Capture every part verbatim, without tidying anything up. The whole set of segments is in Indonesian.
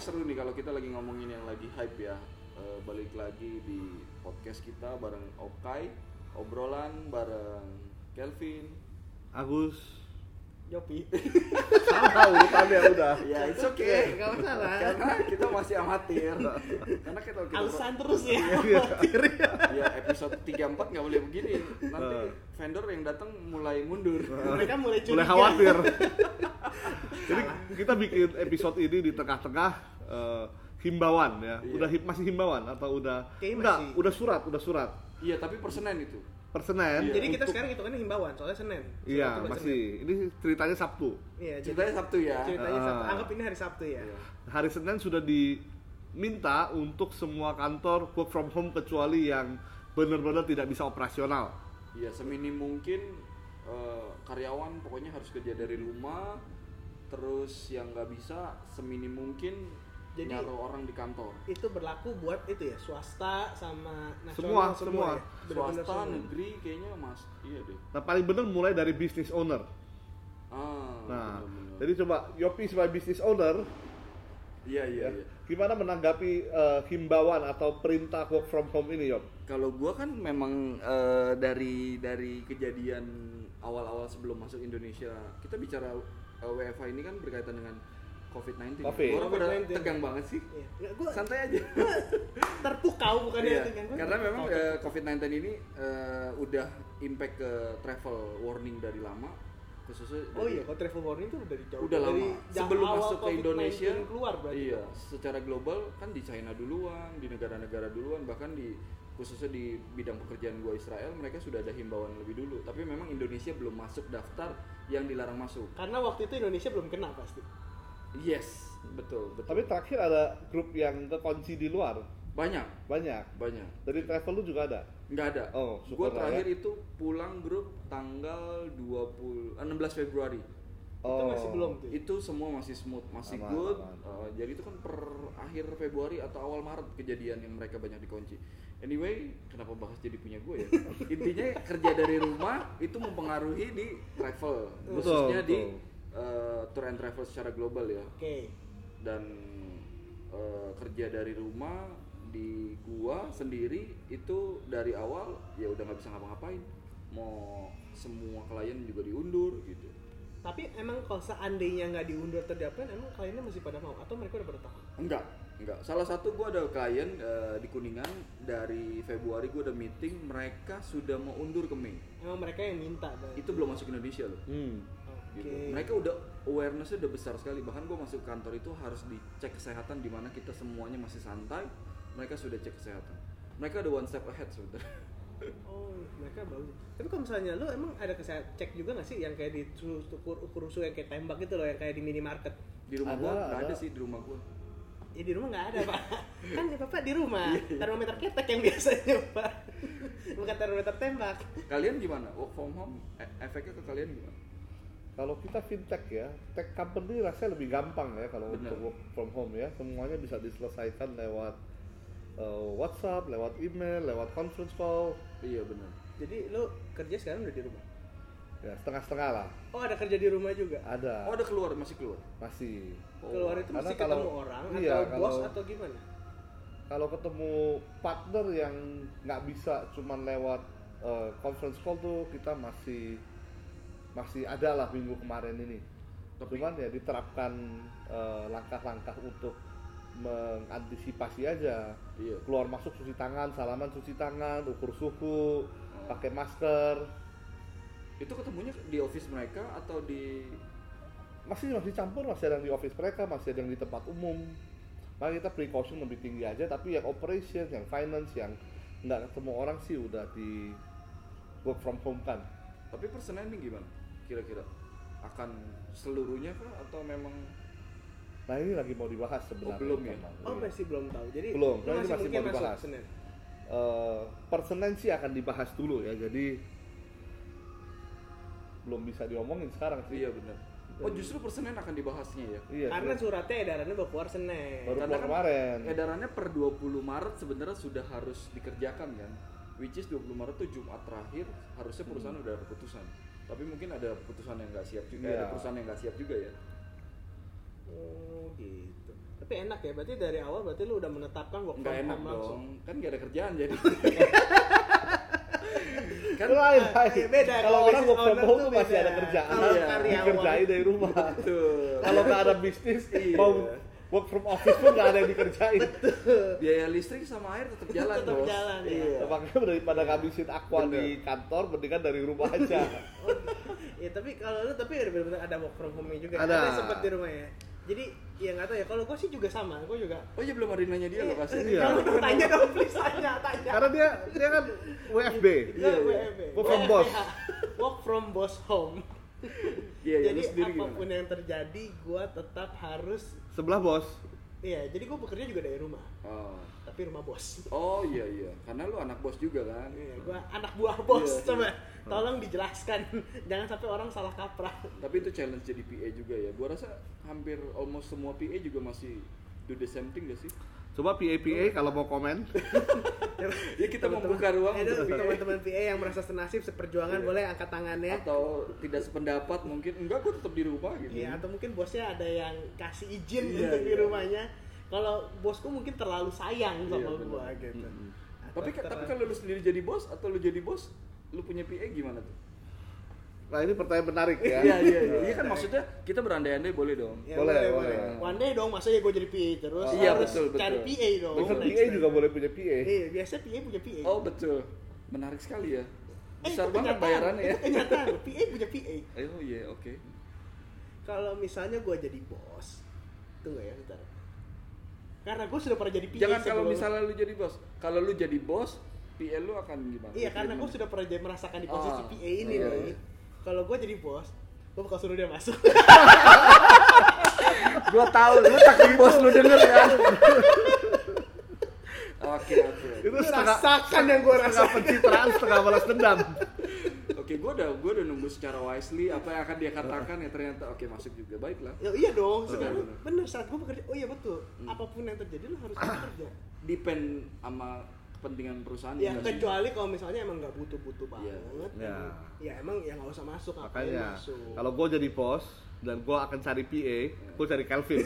seru nih kalau kita lagi ngomongin yang lagi hype ya. Uh, balik lagi di podcast kita bareng Okai, obrolan bareng Kelvin, Agus, Yopi. salah urutannya udah. Ya, it's okay. Gak masalah. Karena kita masih amatir. Karena kita kita Alasan terus ya. Ya episode tiga empat nggak boleh begini. Nanti vendor yang datang mulai mundur. Mereka mulai curiga. Mulai khawatir. Jadi kita bikin episode ini di tengah-tengah uh, himbauan ya. Iya. Udah him- masih himbauan atau udah Kayaknya enggak, masih. udah surat, udah surat. Iya, tapi per Senin itu. Per Senin. Iya. Jadi kita untuk- sekarang hitungannya himbauan, soalnya Senin. Iya, Surat itu masih. Ini ceritanya Sabtu. Senin. Iya, Ceritanya Sabtu ya. Ceritanya Ah. Sabtu. Anggap ini hari Sabtu ya. Iya. Hari Senin sudah diminta untuk semua kantor work from home kecuali yang benar-benar tidak bisa operasional. Iya, seminim mungkin eh, karyawan pokoknya harus kerja dari rumah. Terus yang nggak bisa seminim mungkin Jadi- naruh orang di kantor. Itu berlaku buat itu ya, swasta sama Semua, nasional semua. ya? Bener-bener Swasta, semua. negeri kayaknya mas, iya deh. Nah, paling benar mulai dari business owner. Ah, Nah, bener-bener. jadi coba Yopi sebagai business owner, Iya iya ya, iya. gimana menanggapi eh, himbauan atau perintah work from home ini, Yop? Kalau gua kan memang eh, dari dari kejadian awal-awal sebelum masuk Indonesia, kita bicara eh, W F H ini kan berkaitan dengan covid sembilan belas. Covid. Orang pada covid sembilan belas. tegang banget sih. Iya. Nggak, gua Santai aja. terpukau bukan Iya, ya kan? Gua karena memang terpukau. eh, covid sembilan belas ini eh, udah impact ke travel warning dari lama, khususnya Oh dari- iya, kalau travel warning itu udah dari jauh. udah dari lama jam sebelum awal masuk ke covid sembilan belas Indonesia keluar berarti. iya secara global kan di China duluan, di negara-negara duluan, bahkan di khususnya di bidang pekerjaan gua Israel mereka sudah ada himbauan lebih dulu, tapi memang Indonesia belum masuk daftar yang dilarang masuk. Karena waktu itu Indonesia belum kena pasti. Yes, betul betul. Tapi terakhir ada grup yang kekunci di luar, banyak banyak. banyak Dari travel lu juga ada? nggak ada. Oh, Gua syukurlah terakhir ya. itu pulang grup tanggal dua puluh enam belas Februari. Itu masih belum tuh. Itu semua masih smooth, masih Aman, good. aman. Uh, jadi itu kan per akhir Februari atau awal Maret kejadian yang mereka banyak dikunci. Anyway, kenapa bahas jadi punya gue ya? Intinya kerja dari rumah itu mempengaruhi di travel, Betul, khususnya di betul. uh, tour and travel secara global ya. Oke. Dan uh, kerja dari rumah di gua sendiri itu dari awal ya udah nggak bisa ngapa-ngapain. Mau semua klien juga diundur gitu. Tapi emang kalau seandainya nggak diundur atau diapain, emang kliennya masih pada mau atau mereka udah pada tahu? Enggak, enggak. Salah satu gue ada klien uh, di Kuningan dari Februari gue ada meeting, mereka sudah mau undur ke Mei. Emang mereka yang minta. Dan... Itu belum masuk Indonesia loh. Hmm. Oke. Gitu. Mereka udah awareness-nya udah besar sekali. Bahkan gue masuk kantor itu harus dicek kesehatan, di mana kita semuanya masih santai. Mereka sudah cek kesehatan. Mereka ada one step ahead sebenarnya. Oh, mereka bagus. Tapi kalau misalnya lu emang ada kesehatan cek juga nggak sih yang kayak di ukur ukur usul yang kayak tembak gitu loh, yang kayak di minimarket? Di rumah Ada, gue nggak ada ada. sih di rumah gue. Ya di rumah nggak ada pak. Kan ya bapak di rumah. Termometer ketek yang biasanya pak. Bukan termometer tembak. Kalian gimana? Work from home e- efeknya ke kalian gimana? Kalau kita fintech ya, tech company rasanya lebih gampang ya kalau Bener. untuk work from home ya. Semuanya bisa diselesaikan lewat uh, WhatsApp, lewat email, lewat conference call. Iya benar. Jadi lu kerja sekarang udah di rumah? Ya, setengah-setengah lah. Oh ada kerja di rumah juga? Ada. Oh ada keluar, masih keluar? Masih. Oh, Keluar itu Karena mesti kalau- ketemu orang iya, atau bos kalau- atau gimana? Kalau ketemu partner yang nggak bisa cuman lewat uh, conference call tuh kita masih masih ada lah minggu kemarin ini. Tapi- Cuman ya diterapkan uh, langkah-langkah untuk mengantisipasi aja. Iya. Keluar masuk cuci tangan, salaman cuci tangan, ukur suhu, pakai masker. Itu ketemunya di office mereka atau di Masih masih campur, masih ada yang di office mereka, masih ada yang di tempat umum. Makanya kita precaution lebih tinggi aja, tapi yang operation, yang finance, yang nggak ketemu orang sih udah di work from home kan. Tapi per Senin ini gimana? Kira-kira akan seluruhnya kah atau memang Nah ini lagi mau dibahas sebenarnya. Oh, belum ya? teman. Oh Iya. masih belum tahu. Jadi Belum, lu soalnya ini masih masih mungkin mau dibahas. masuk Senin. Eh, per Senin sih akan dibahas dulu ya, jadi belum bisa diomongin sekarang sih. iya benar. Oh justru per Senin akan dibahasnya ya? Iya. Karena sih. suratnya edarannya baru keluar Senin. Baru Karena keluar kan kemarin. Edarannya per dua puluh Maret sebenarnya sudah harus dikerjakan kan? Which is dua puluh Maret itu Jumat terakhir, harusnya perusahaan udah ada keputusan. Tapi mungkin ada keputusan yang nggak siap juga, Iya. ada perusahaan yang nggak siap juga ya. Oh gitu. Tapi enak ya, berarti dari awal berarti lu udah menetapkan work Nggak from enak home dong, langsung. kan nggak ada kerjaan jadi. Kan lain Ah, lain. beda, Kalau kalau orang work business from owner home tuh tuh masih beda. ada kerjaan. Kalau Iya. karyawan- Dikerjain dari rumah. Betul. Kalau nggak ada bisnis, Iya. mau work from office pun nggak ada yang dikerjain. Biaya listrik sama air tetap jalan, Tetap Bos. jalan, ya. Iya. Makanya daripada ngabisin aqua Bener. di kantor, mendingan dari rumah aja. Oh, ya tapi kalau lu tapi benar-benar ada work from home juga. Ada. sempat di rumah ya. Jadi ya nggak tahu ya. Kalau gue sih juga sama, gue juga. Oh iya belum ada yang nanya dia lokasi. Iya. Kalau tanya dong, please tanya, tanya. Karena dia dia kan W F B. Iya, Iya, W iya. F B. Work from boss. Work from boss home. Iya, iya, Jadi lu sendiri apapun gimana? yang terjadi, gue tetap harus. Sebelah bos. Iya, jadi gue bekerja juga dari rumah, Oh. tapi rumah bos. Oh iya iya, karena lu anak bos juga kan. Iya, gue anak buah bos. Iya, Coba iya. tolong dijelaskan, jangan sampai orang salah kaprah. Tapi itu challenge jadi P A juga ya. Gua rasa hampir almost semua P A juga masih do the same thing gak sih? Coba P A P A kalau mau komen. Ya kita Teman-teman- membuka ruang Eh, untuk P A. teman-teman P A yang merasa senasib seperjuangan Iya. boleh angkat tangannya. Atau tidak sependapat mungkin enggak gua tetap di rumah gitu. Iya, atau mungkin bosnya ada yang kasih izin Iya, untuk di iya. rumahnya. Kalau bosku mungkin terlalu sayang Iya, sama benar. gua gitu. Mm-mm. Atau Tapi terlalu- tapi kalau lu sendiri jadi bos atau lu jadi bos, lu punya P A gimana tuh? Nah ini pertanyaan menarik ya. Iya iya iya. Iya kan maksudnya kita berandai-andai boleh dong. Ya, Boleh, boleh, boleh. boleh. One day dong, masa ya gue jadi P A terus Iya, harus betul, betul. cari P A dong. Betul, next P A time. juga boleh punya P A. Iya, biasa P A punya P A. Oh betul. Menarik sekali ya. Eh, Besar itu banget kenyataan. bayarannya ya. Itu kenyataan, P A punya P A. Oh iya, oke. Kalau misalnya gue jadi bos, tunggu ya bentar. Karena gue sudah pernah jadi P A Jangan kalau sebelum- misalnya lu jadi bos. Kalau lu jadi bos, P L lu akan gimana? Iya, karena gue sudah pernah jadi- merasakan di posisi Ah, P A ini iya, nih. iya. Kalau gue jadi bos, gue bakal suruh dia masuk. Gua tahu lu takut bos lu denger kan. Oke, oke. Itu Lu setengah, rasakan yang gue setengah rasakan. pencitraan, setengah balas dendam. Oke, gua udah gua udah nunggu secara wisely apa yang akan dia katakan ya ternyata oke masuk juga. Baiklah. Ya, iya dong, sekarang bener. bener saat gue bekerja. Oh iya betul. Apapun yang terjadi lu harus bekerja. Depend sama kepentingan perusahaan Ya nggak sih? kecuali kalau misalnya emang nggak butuh-butuh Iya. banget. Ya. Ya emang ya nggak usah masuk. ngapain Makanya masuk. kalau gue jadi bos dan gue akan cari P A, gue cari Calvin.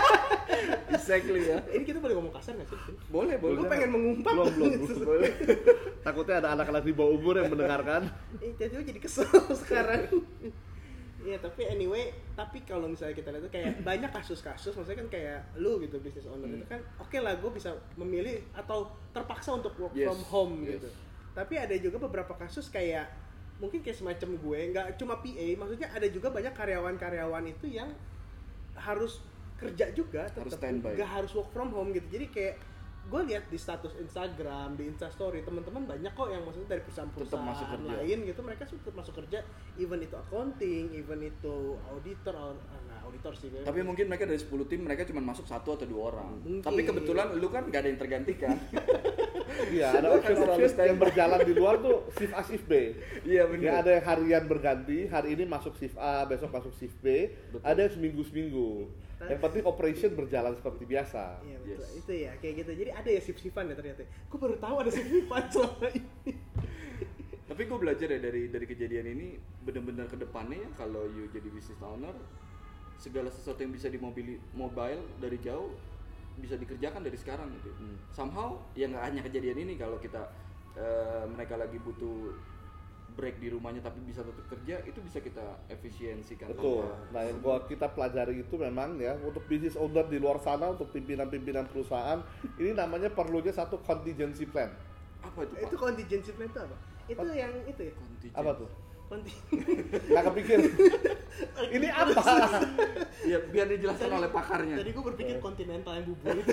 Exactly ya. Ini kita boleh ngomong kasar nggak sih? Boleh, boleh. Gue pengen mengumpat. Belum, belum, belum. Boleh. Takutnya ada anak-anak di bawah umur yang mendengarkan. Eh, tiba-tiba jadi kesel sekarang. Iya, tapi anyway, tapi kalau misalnya kita lihat tuh kayak banyak kasus-kasus, maksudnya kan kayak lu gitu business owner Hmm. itu kan, oke lah gue bisa memilih atau terpaksa untuk work Yes, from home yes. gitu. Tapi ada juga beberapa kasus kayak mungkin kayak semacam gue, nggak cuma P A, maksudnya ada juga banyak karyawan-karyawan itu yang harus kerja juga, Harus tetap standby. nggak harus work from home gitu. Jadi kayak gue lihat di status Instagram, di Instastory teman-teman banyak kok yang maksudnya dari Tetap masuk perusahaan-perusahaan kerja. lain gitu, mereka tetap masuk kerja, even itu accounting, even itu auditor, or, nah auditor sih. Tapi mungkin mereka dari sepuluh tim mereka cuma masuk satu atau dua orang. Mungkin. Tapi kebetulan lu kan gak ada yang tergantikan. Iya, ada Lu akan selalu option-option standby. yang berjalan di luar tuh shift A, shift B. Iya Ya ada yang harian berganti, hari ini masuk shift A, besok masuk shift B, Betul. ada yang seminggu-seminggu. Yang penting operation berjalan seperti biasa. Iya betul, Yes. itu ya kayak gitu. Jadi ada ya shift-shiftan ya ternyata. Gue baru tahu ada shift-shiftan selama ini. Tapi gue belajar ya dari dari kejadian ini benar-benar ke depannya ya kalau you jadi business owner segala sesuatu yang bisa di mobile mobile dari jauh bisa dikerjakan dari sekarang gitu. Hmm. Somehow ya nggak hanya kejadian ini kalau kita eh, mereka lagi butuh break di rumahnya tapi bisa tetap kerja itu bisa kita efisiensikan. Betul. tanpa- Nah, yang gua kita pelajari itu memang ya untuk business owner di luar sana, untuk pimpinan-pimpinan perusahaan, ini namanya perlunya satu contingency plan. Apa itu Pak? Itu contingency plan itu apa? Itu yang itu ya. Contingent. Apa tuh? Konti. Nggak kepikir. Ini apa? Ya biar dijelaskan oleh pakarnya. Tadi gue berpikir kontinental yang bubur itu.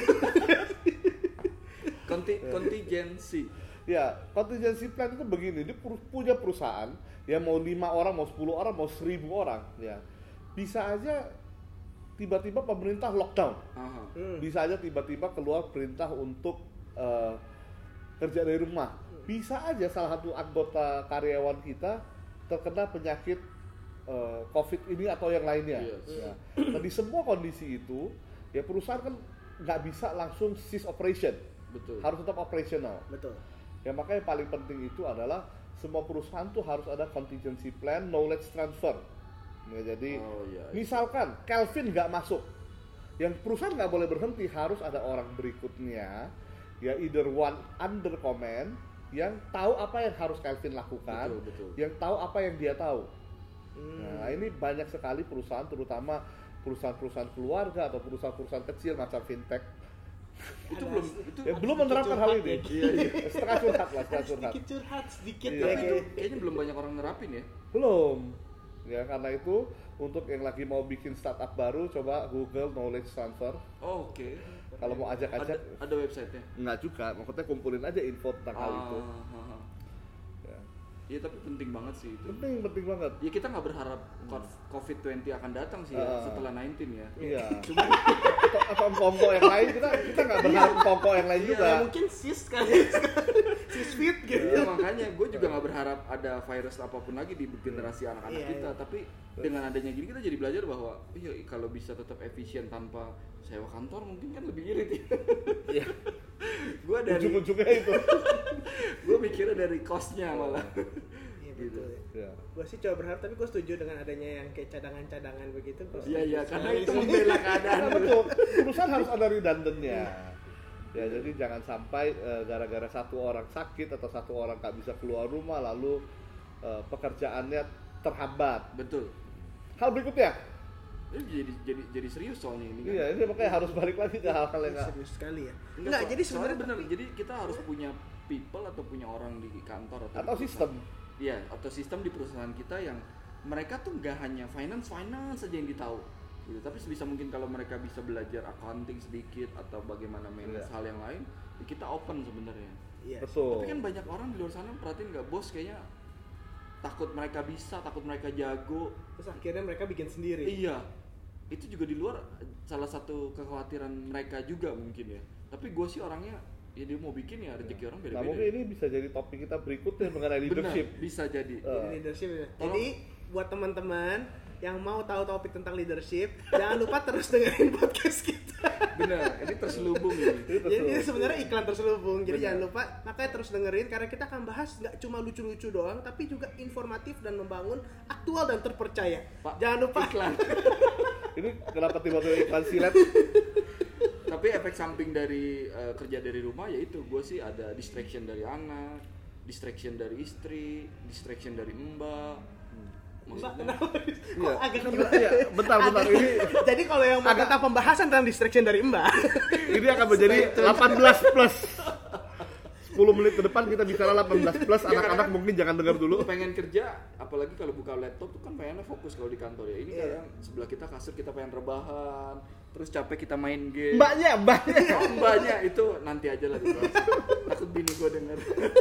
Konti kontingensi. Ya, contingency plan itu begini, dia pu- punya perusahaan, ya mau lima orang, mau sepuluh orang, mau seribu orang, ya bisa aja tiba-tiba pemerintah lockdown, Aha. Hmm. bisa aja tiba-tiba keluar perintah untuk eh, kerja dari rumah, bisa aja salah satu anggota karyawan kita terkena penyakit eh, COVID ini atau yang lainnya. Yes. Ya. Nah, di semua kondisi itu, ya perusahaan kan nggak bisa langsung cease operation, Betul. harus tetap operasional. Betul. Ya makanya yang paling penting itu adalah semua perusahaan tuh harus ada contingency plan, knowledge transfer. Ya, jadi Oh, iya, iya. misalkan Kelvin nggak masuk, Yang perusahaan nggak boleh berhenti, harus ada orang berikutnya, ya either one under command yang tahu apa yang harus Kelvin lakukan, Betul, betul. yang tahu apa yang dia tahu. Hmm. Nah ini banyak sekali perusahaan, terutama perusahaan-perusahaan keluarga atau perusahaan-perusahaan kecil macam fintech, Itu Ada belum sih. itu ya belum menerapkan hal ini. Iya, iya. Setengah curhat lah, setengah Harus curhat. sedikit curhat sedikit Iya. ya Tapi itu kayak kayaknya belum banyak orang nerapin ya. Belum. Ya karena itu untuk yang lagi mau bikin startup baru, coba Google Knowledge Transfer. Oh, oke. Kalau mau Ada ajak-ajak, ada website-nya. enggak juga, maksudnya kumpulin aja info tentang hal itu. Ah, ah, ah. Ya. Iya, tapi penting banget sih itu. Penting, penting banget. Ya kita nggak berharap covid dua puluh akan datang sih ya Ah. setelah sembilan belas ya. Iya. Cuma atau atau empong-empong yang lain, kita kita nggak berharap empong-empong yang lain juga. ya mungkin sis kali sis fit gitu. ya makanya gue juga nggak berharap ada virus apapun lagi di generasi anak-anak Iya, kita. iya. Tapi dengan adanya gini kita jadi belajar bahwa iya kalau bisa tetap efisien tanpa sewa kantor mungkin kan lebih irit ya. Iya. gue dari Ujung-ujungnya itu. gue mikirnya dari cost-nya malah. Iya Gitu. betul. Ya. Gue sih coba berharap, tapi gue setuju dengan adanya yang kayak cadangan-cadangan begitu. Gua Iya iya setuju karena sekali itu sih. membela keadaan. Karena betul, perusahaan harus ada redundannya. Ya jadi jangan sampai eh, gara-gara satu orang sakit atau satu orang nggak bisa keluar rumah lalu eh, pekerjaannya terhambat. Betul. Hal berikutnya, Ini jadi jadi jadi serius soalnya ini kan. iya ini makanya harus balik lagi ke hal-hal yang nggak. Serius sekali ya. Enggak, Enggak, so- jadi soalnya sebenarnya bener. tapi- Jadi kita harus punya people atau punya orang di kantor atau, Atau di sistem. perusahaan. Iya, atau sistem di perusahaan kita yang mereka tuh nggak hanya finance finance saja yang ditahu. Gitu. Tapi sebisa mungkin kalau mereka bisa belajar accounting sedikit atau bagaimana manage Iya. hal yang lain, ya kita open sebenarnya. Iya. Betul. Tapi kan banyak orang di luar sana perhatiin nggak bos kayaknya takut mereka bisa, takut mereka jago. Terus akhirnya mereka bikin sendiri. Iya, itu juga di luar salah satu kekhawatiran mereka juga mungkin ya. Tapi gue sih orangnya, ya dia mau bikin ya rezeki orang Nah beda-beda. mungkin ini bisa jadi topik kita berikutnya mengenai leadership. Benar, bisa jadi. Eh. Jadi leadership ya. Tolong. Jadi buat teman-teman yang mau tahu topik tentang leadership, jangan lupa terus dengerin podcast kita. Benar, ini terselubung ini. Itu Jadi tuh. ini sebenarnya iklan terselubung. Jadi Benar. jangan lupa, makanya terus dengerin karena kita akan bahas nggak cuma lucu-lucu doang, tapi juga informatif dan membangun, aktual dan terpercaya. Pak, Jangan lupa. iklan. Ini kenapa tiba-tiba iklan silet? Tapi efek samping dari eh, kerja dari rumah yaitu gue sih ada distraction dari anak, distraction dari istri, distraction dari mbak. Mbak, Maksudnya kenapa? Iya. Kok agak Kan- gila? iya, bentar, bentar. Agak- Ini Jadi kalau yang mau agak- tentang pembahasan tentang distraction dari Mbak, ini akan menjadi delapan belas plus. sepuluh menit ke depan kita bicara delapan belas plus, Ya, anak-anak karena mungkin jangan dengar dulu. pengen kerja, apalagi kalau buka laptop tuh kan pengennya fokus kalau di kantor ya. Ini Iya. kadang sebelah kita kasur kita pengen rebahan, terus capek kita main game. Mbaknya, mbaknya. Oh, mbaknya itu nanti aja lah dibahas. Takut bini gue denger.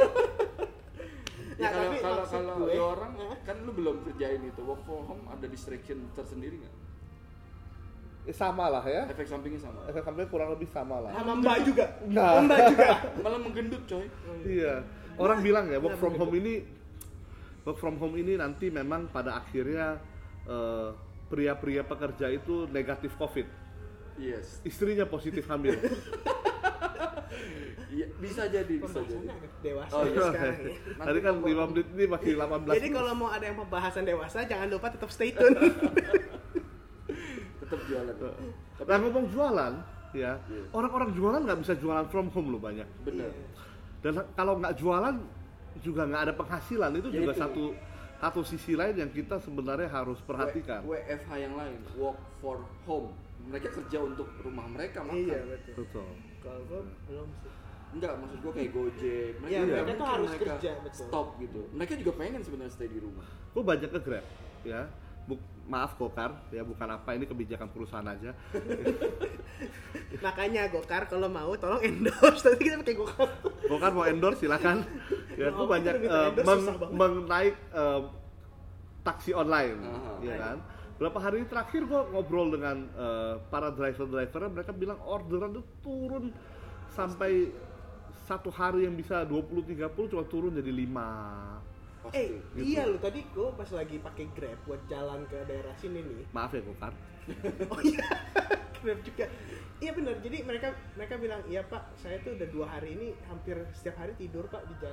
Ya Nah, kalau tapi kalau maksud kalau gue- lu orang Hah? kan lu belum kerjain itu work from home, ada distraction tersendiri nggak? Eh, sama lah ya. Efek sampingnya sama. Efek sampingnya kurang lebih sama lah. sama Mbak juga. Nah. Mbak juga. Malah menggendut coy. Iya. Orang bilang ya work Nah, from begitu. home ini work from home ini nanti memang pada akhirnya eh, pria-pria pekerja itu negatif COVID. Yes. Istrinya positif hamil. Iya, bisa jadi, bisa jadi. Pembahasannya agak dewasa Oh, iya. sekarang ya. Tadi kan lima menit ini masih delapan belas. Jadi kalau mau ada yang pembahasan dewasa, jangan lupa tetap stay tune. Tetap jualan. Tapi Nah ngomong jualan, ya Iya. orang-orang jualan nggak bisa jualan from home loh banyak. benar. Dan kalau nggak jualan juga nggak ada penghasilan, itu Ya juga itu. satu satu sisi lain yang kita sebenarnya harus perhatikan. W F H yang lain, work for home. Mereka kerja untuk rumah mereka makan. Iya betul. Betul. Kalau gue belum sih. Enggak, maksud gua kayak Gojek. Mereka, Iya, nggak mereka tuh mungkin harus mereka kerja, betul. Stop gitu. Mereka juga pengen sebenarnya stay di rumah. Gue banyak ke Grab, ya. Buk, maaf Gokar, ya bukan apa ini kebijakan perusahaan aja. Makanya Gokar kalau mau tolong endorse, nanti kita pakai Gokar. Gokar mau endorse silakan. Ya, gue Maaf, banyak kita minta eh, endorse meng, susah banget. mengenai eh, taksi online, Aha. ya kan. Berapa hari terakhir gue ngobrol dengan eh, para driver-driver, mereka bilang orderan itu turun sampai satu hari yang bisa dua puluh tiga puluh cuma turun jadi lima. Pasti. Eh, iya lu tadi gue pas lagi pakai Grab buat jalan ke daerah sini nih. Maaf ya Gokar. Oh iya, Grab juga. Iya benar. Jadi mereka mereka bilang, "Iya, Pak, saya tuh udah dua hari ini hampir setiap hari tidur, Pak, di jalan."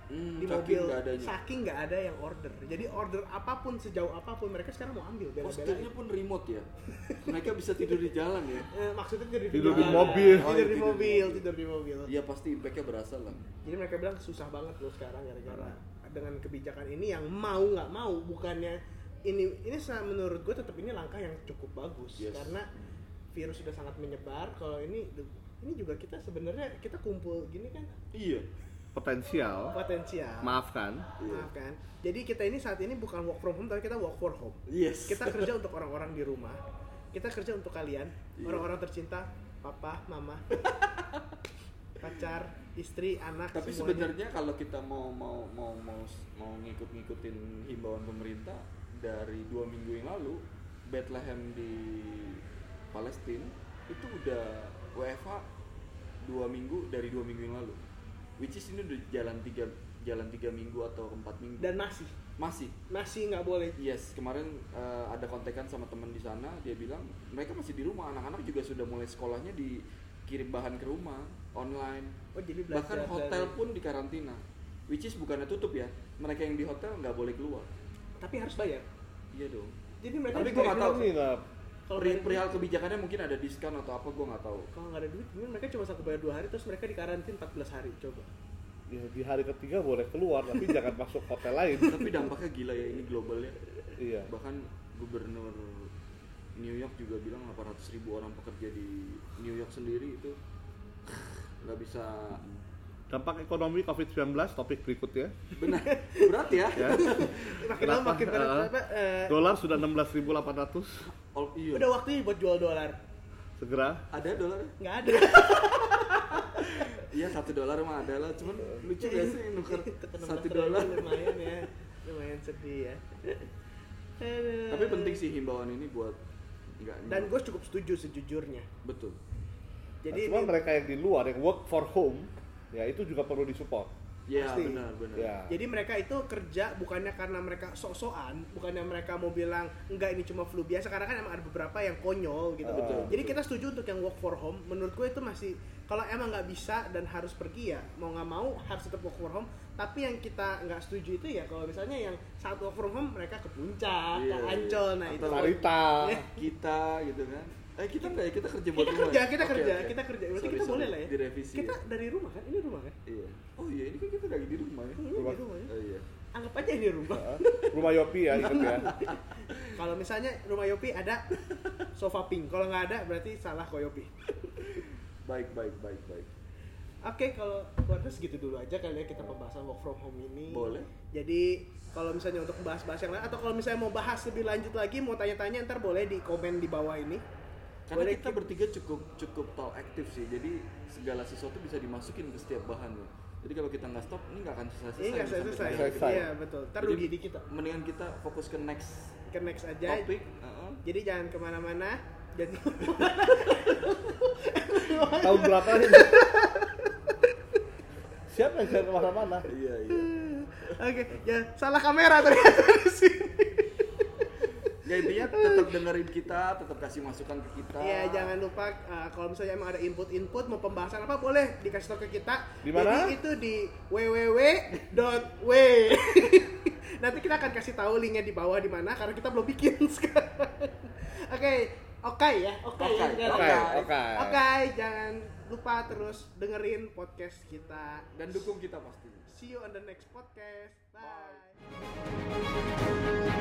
Hmm, di saking mobil nggak adanya. saking nggak ada yang order. Jadi order apapun sejauh apapun mereka sekarang mau ambil Posturnya bela-belain. pun remote ya. Mereka bisa tidur di jalan ya. Eh, maksudnya tidur, Tidur di jalan. mobil. tidur Oh, di tidur di mobil, mobil. tidur di mobil. Iya pasti impact-nya berasa lah. Jadi mereka bilang susah banget loh sekarang gara-gara dengan kebijakan ini yang mau nggak mau, bukannya ini ini sa- menurut gue tetap ini langkah yang cukup bagus Yes. karena virus sudah sangat menyebar. Kalau ini ini juga kita sebenarnya kita kumpul gini kan Iya. Potensial. potensial. Maafkan. Iya. Maaf kan. Jadi kita ini saat ini bukan work from home tapi kita work for home. Yes. Kita kerja untuk orang-orang di rumah. Kita kerja untuk kalian, Iya. orang-orang tercinta, papa, mama, pacar, istri, anak. Tapi semuanya. sebenarnya kalau kita mau mau mau mau mau ngikut-ngikutin himbauan pemerintah dari dua minggu yang lalu, Bethlehem di Palestina itu udah W F H dua minggu dari dua minggu yang lalu. Which is ini udah jalan tiga jalan tiga minggu atau empat minggu. Dan masih Masih. masih nggak boleh. Yes, kemarin uh, ada kontekan sama teman di sana, dia bilang mereka masih di rumah, anak-anak juga sudah mulai sekolahnya dikirim bahan ke rumah online. Oh jadi belajar Bahkan hotel dari- pun dikarantina. Which is bukannya tutup ya, mereka yang di hotel nggak boleh keluar. tapi harus bayar. Iya dong. Jadi mereka Tapi juga gua nggak tahu. Ekonomi nggak. kalau Perih- nggak ada perihal duit- kebijakannya mungkin ada diskon atau apa, gue nggak tahu. kalau nggak ada duit, mungkin mereka cuma sanggup bayar dua hari terus mereka dikarantin empat belas hari. Coba. Ya, di hari ketiga boleh keluar tapi jangan masuk hotel lain. Tapi dampaknya gila ya, ini global ya. Iya. Bahkan gubernur New York juga bilang delapan ratus ribu orang pekerja di New York sendiri itu nggak bisa. Dampak ekonomi covid sembilan belas topik berikutnya. Benar, berat ya. Ya. Makin lama Kenapa? makin berat. Eh, Apa, eh, Dolar sudah enam belas ribu delapan ratus. Oh, iya. udah waktunya buat jual dolar. Segera. Ada dolar? Nggak ada. Iya satu dolar mah ada lah, cuman lucu gak sih nuker Enam belas satu ribu dolar? lumayan ya. Lumayan sedih ya. Aduh. Tapi penting sih himbauan ini buat nggak. Dan gue cukup setuju sejujurnya. betul. Jadi Nah, cuma ini- mereka yang di luar yang work for home ya itu juga perlu disupport. Ya Pasti. benar benar. Ya. Jadi mereka itu kerja bukannya karena mereka sok-sokan, bukannya mereka mau bilang enggak ini cuma flu biasa, karena kan emang ada beberapa yang konyol gitu. Betul, Jadi kita setuju untuk yang work for home. Menurut gue itu masih, kalau emang nggak bisa dan harus pergi ya mau nggak mau harus tetap work for home. Tapi yang kita nggak setuju itu ya kalau misalnya yang saat work from home mereka ke puncak, Iya, ke iya. Ancol, nah itu. Atau Narita. Kita gitu kan. Eh kita enggak ya, kita kerja buat Kita rumah. kerja, ya? kita Oke, kerja, oke. kita kerja. Berarti Sorry, kita sorry. boleh lah ya. Direvisi. Kita ya? dari rumah kan? Ini rumah kan? Iya. Oh iya, ini kan kita lagi di rumah ya. Ini Rumah. di rumah ya. Oh iya. Anggap aja ini rumah. Rumah Yopi ya, ingat ya. Kalau misalnya rumah Yopi ada sofa pink, kalau nggak ada berarti salah kok Yopi. Baik, baik, baik, baik. Oke, kalau keluarga segitu dulu aja kali ya kita pembahasan work from home ini. Boleh. Jadi Kalau misalnya untuk bahas-bahas yang lain atau kalau misalnya mau bahas lebih lanjut lagi, mau tanya-tanya ntar boleh di komen di bawah ini. karena Boleh kita keep- bertiga cukup cukup talk aktif sih, jadi segala sesuatu bisa dimasukin ke setiap bahan loh. Jadi kalau kita nggak stop, ini nggak akan selesai. Ini nggak selesai. Selesai. Iya betul. Ntar Jadi, rugi di kita. Mendingan kita fokus ke next Ke next aja. topik. uh-uh. Jadi jangan kemana-mana. Jadi Tahun berapa ini? Siapa yang jangan kemana-mana? Iya iya. Oke, ya salah kamera ternyata di sini. Ya intinya tetap dengerin kita, tetap kasih masukan ke kita. Iya, jangan lupa uh, kalau misalnya emang ada input-input mau pembahasan apa boleh dikasih tahu ke kita. Di mana? Jadi itu di www dot w. Nanti kita akan kasih tahu linknya di bawah di mana karena kita belum bikin sekarang. Oke, oke ya, oke ya. Oke, jangan- Oke, oke. Oke, jangan lupa terus dengerin podcast kita. Dan dukung kita pasti. See you on the next podcast. Bye. Bye.